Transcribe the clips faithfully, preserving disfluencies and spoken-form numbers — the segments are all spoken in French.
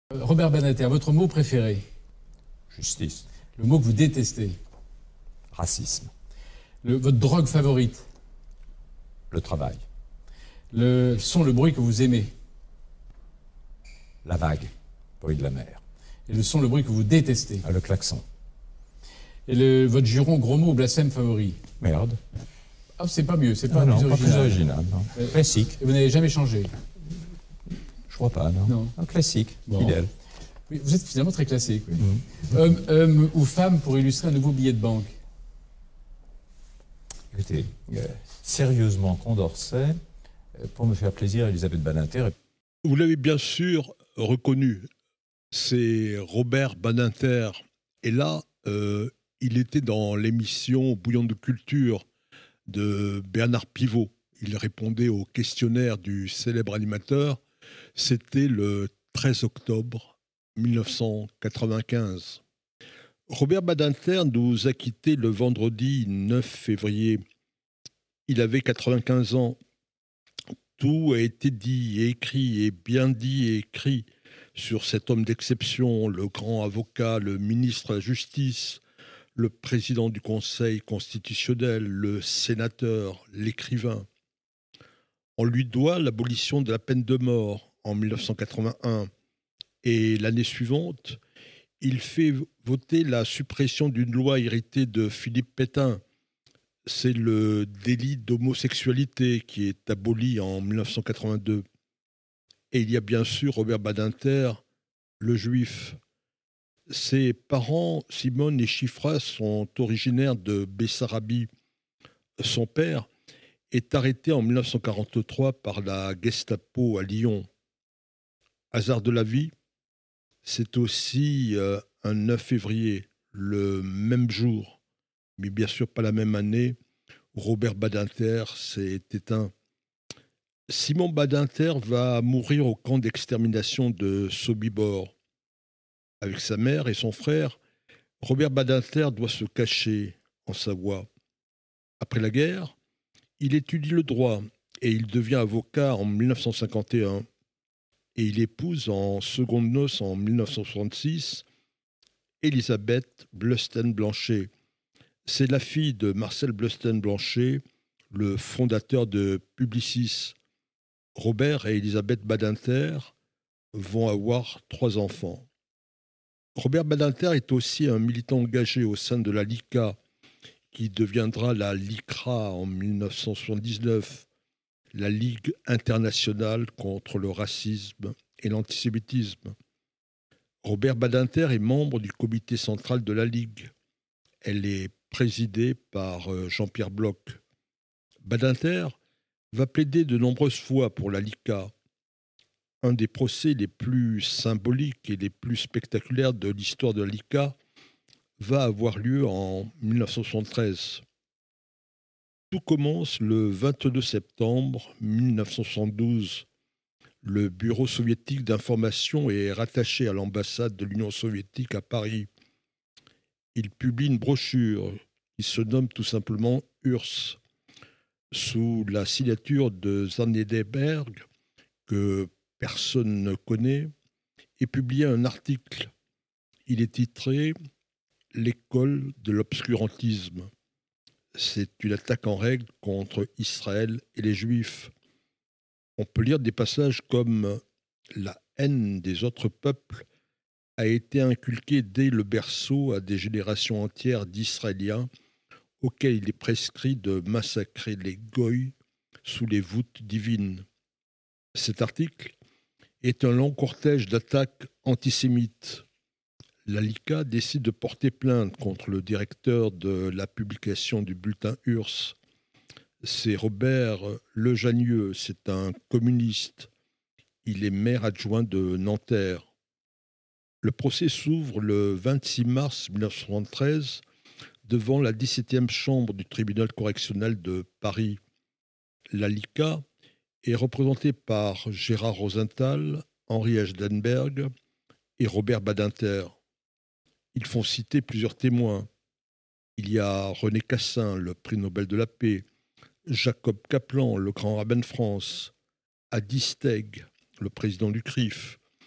Robert Badinter, votre mot préféré? Justice. Le mot que vous détestez? Racisme. Le, votre drogue favorite? Le travail. Le son, le bruit que vous aimez? La vague. Bruit de la mer. Et le son, le bruit que vous détestez? Ah, le klaxon. Et le, votre juron, gros mot ou blasphème favori? Merde. Ah, c'est pas mieux, c'est pas, Ah non, plus pas original. plus original. Non. Euh, Classique. Et vous n'avez jamais changé? Je crois pas, non. Non. Un classique, Bon. fidèle. Oui, vous êtes finalement très classique. Oui. Mmh. Homme, homme ou femme pour illustrer un nouveau billet de banque? Écoutez, euh, sérieusement, Condorcet, euh, pour me faire plaisir, Elisabeth Badinter. Vous l'avez bien sûr reconnu, c'est Robert Badinter. Et là, euh, il était dans l'émission Bouillon de culture de Bernard Pivot. Il répondait au questionnaire du célèbre animateur. C'était le treize octobre mille neuf cent quatre-vingt-quinze. Robert Badinter nous a quittés le vendredi neuf février. Il avait quatre-vingt-quinze ans. Tout a été dit et écrit, et bien dit et écrit sur cet homme d'exception, le grand avocat, le ministre de la Justice, le président du Conseil constitutionnel, le sénateur, l'écrivain. On lui doit l'abolition de la peine de mort en mille neuf cent quatre-vingt-un. Et l'année suivante, il fait voter la suppression d'une loi héritée de Philippe Pétain. C'est le délit d'homosexualité qui est aboli en mille neuf cent quatre-vingt-deux. Et il y a bien sûr Robert Badinter, le juif. Ses parents, Simone et Chifra, sont originaires de Bessarabie. Son père est arrêté en mille neuf cent quarante-trois par la Gestapo à Lyon. Hasard de la vie, c'est aussi euh, un neuf février, le même jour, mais bien sûr pas la même année, où Robert Badinter s'est éteint. Simon Badinter va mourir au camp d'extermination de Sobibor. Avec sa mère et son frère, Robert Badinter doit se cacher en Savoie. Après la guerre, il étudie le droit et il devient avocat en mille neuf cent cinquante et un. Et il épouse en seconde noces en mille neuf cent soixante-six Elisabeth Bleusten-Blanchet. C'est la fille de Marcel Bleusten-Blanchet, le fondateur de Publicis. Robert et Elisabeth Badinter vont avoir trois enfants. Robert Badinter est aussi un militant engagé au sein de la L I C A, qui deviendra la L I C R A en mille neuf cent soixante-dix-neuf, la Ligue internationale contre le racisme et l'antisémitisme. Robert Badinter est membre du comité central de la Ligue. Elle est présidée par Jean-Pierre Bloch. Badinter va plaider de nombreuses fois pour la L I C A. Un des procès les plus symboliques et les plus spectaculaires de l'histoire de la L I C A va avoir lieu en mille neuf cent soixante-treize. Tout commence le vingt-deux septembre mille neuf cent soixante-douze. Le bureau soviétique d'information est rattaché à l'ambassade de l'Union soviétique à Paris. Il publie une brochure qui se nomme tout simplement U R S S, sous la signature de Zannedenberg, que personne ne connaît, et publie un article. Il est titré « L'école de l'obscurantisme ». C'est une attaque en règle contre Israël et les Juifs. On peut lire des passages comme « La haine des autres peuples a été inculquée dès le berceau à des générations entières d'Israéliens auxquels il est prescrit de massacrer les goïs sous les voûtes divines ». Cet article est un long cortège d'attaques antisémites. La L I C A décide de porter plainte contre le directeur de la publication du bulletin U R S S. C'est Robert Lejagneux, c'est un communiste. Il est maire adjoint de Nanterre. Le procès s'ouvre le vingt-six mars mille neuf cent soixante-treize devant la dix-septième chambre du tribunal correctionnel de Paris. La L I C A est représentée par Gérard Rosenthal, Henri Hechtenberg et Robert Badinter. Ils font citer plusieurs témoins. Il y a René Cassin, le prix Nobel de la paix, Jacob Kaplan, le grand rabbin de France, Adi Steg, le président du C R I F,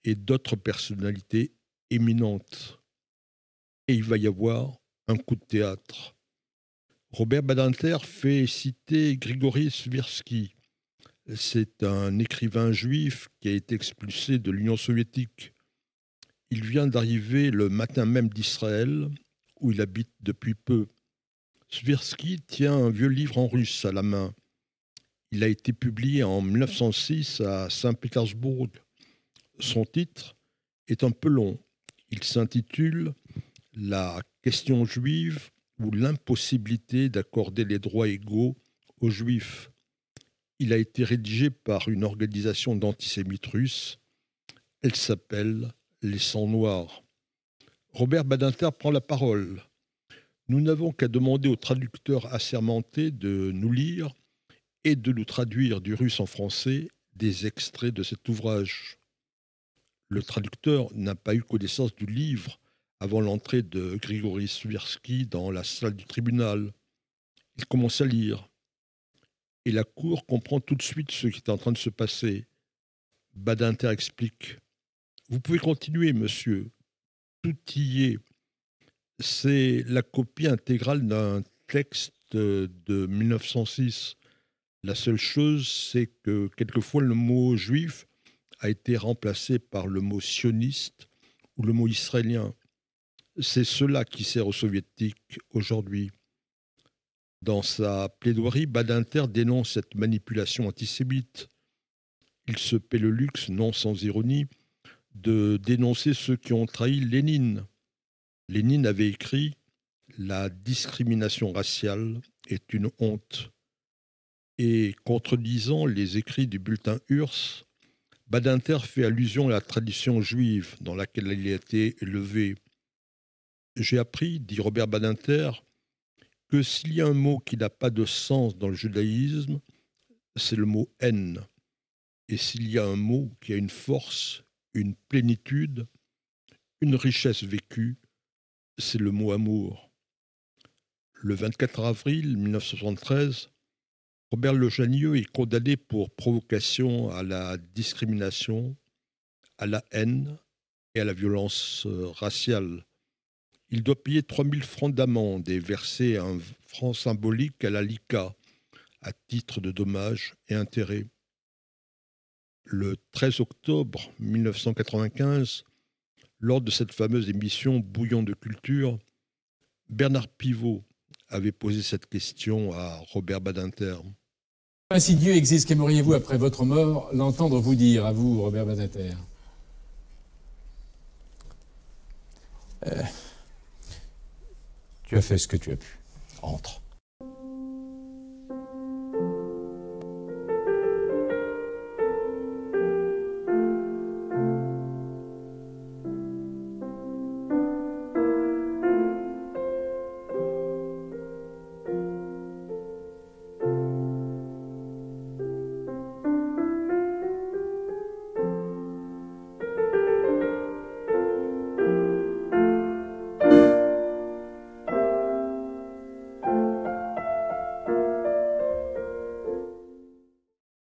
et d'autres personnalités éminentes. Et il va y avoir un coup de théâtre. Robert Badinter fait citer Grigory Svirsky. C'est un écrivain juif qui a été expulsé de l'Union soviétique. Il vient d'arriver le matin même d'Israël, où il habite depuis peu. Svirsky tient un vieux livre en russe à la main. Il a été publié en mille neuf cent six à Saint-Pétersbourg. Son titre est un peu long. Il s'intitule « La question juive ou l'impossibilité d'accorder les droits égaux aux Juifs ». Il a été rédigé par une organisation d'antisémites russes. Elle s'appelle « Les Sangs Noirs ». Robert Badinter prend la parole. Nous n'avons qu'à demander au traducteur assermenté de nous lire et de nous traduire du russe en français des extraits de cet ouvrage. Le traducteur n'a pas eu connaissance du livre avant l'entrée de Grigory Svirsky dans la salle du tribunal. Il commence à lire. Et la cour comprend tout de suite ce qui est en train de se passer. Badinter explique. « Vous pouvez continuer, monsieur. Tout y est. C'est la copie intégrale d'un texte de mille neuf cent six. La seule chose, c'est que quelquefois le mot juif a été remplacé par le mot sioniste ou le mot israélien. C'est cela qui sert aux soviétiques aujourd'hui. » Dans sa plaidoirie, Badinter dénonce cette manipulation antisémite. Il se paie le luxe, non sans ironie, de dénoncer ceux qui ont trahi Lénine. Lénine avait écrit « La discrimination raciale est une honte ». Et contredisant les écrits du bulletin U R S S, Badinter fait allusion à la tradition juive dans laquelle il a été élevé. « J'ai appris, dit Robert Badinter, que s'il y a un mot qui n'a pas de sens dans le judaïsme, c'est le mot haine. Et s'il y a un mot qui a une force, une plénitude, une richesse vécue, c'est le mot amour. » Le vingt-quatre avril mille neuf cent soixante-treize, Robert Le Janieux est condamné pour provocation à la discrimination, à la haine et à la violence raciale. Il doit payer trois mille francs d'amende et verser un franc symbolique à la L I C A à titre de dommages et intérêts. Le treize octobre mille neuf cent quatre-vingt-quinze, lors de cette fameuse émission Bouillon de culture, Bernard Pivot avait posé cette question à Robert Badinter. Si Dieu existe, qu'aimeriez-vous après votre mort l'entendre vous dire, à vous, Robert Badinter? euh... Tu as fait ce que tu as pu. Entre.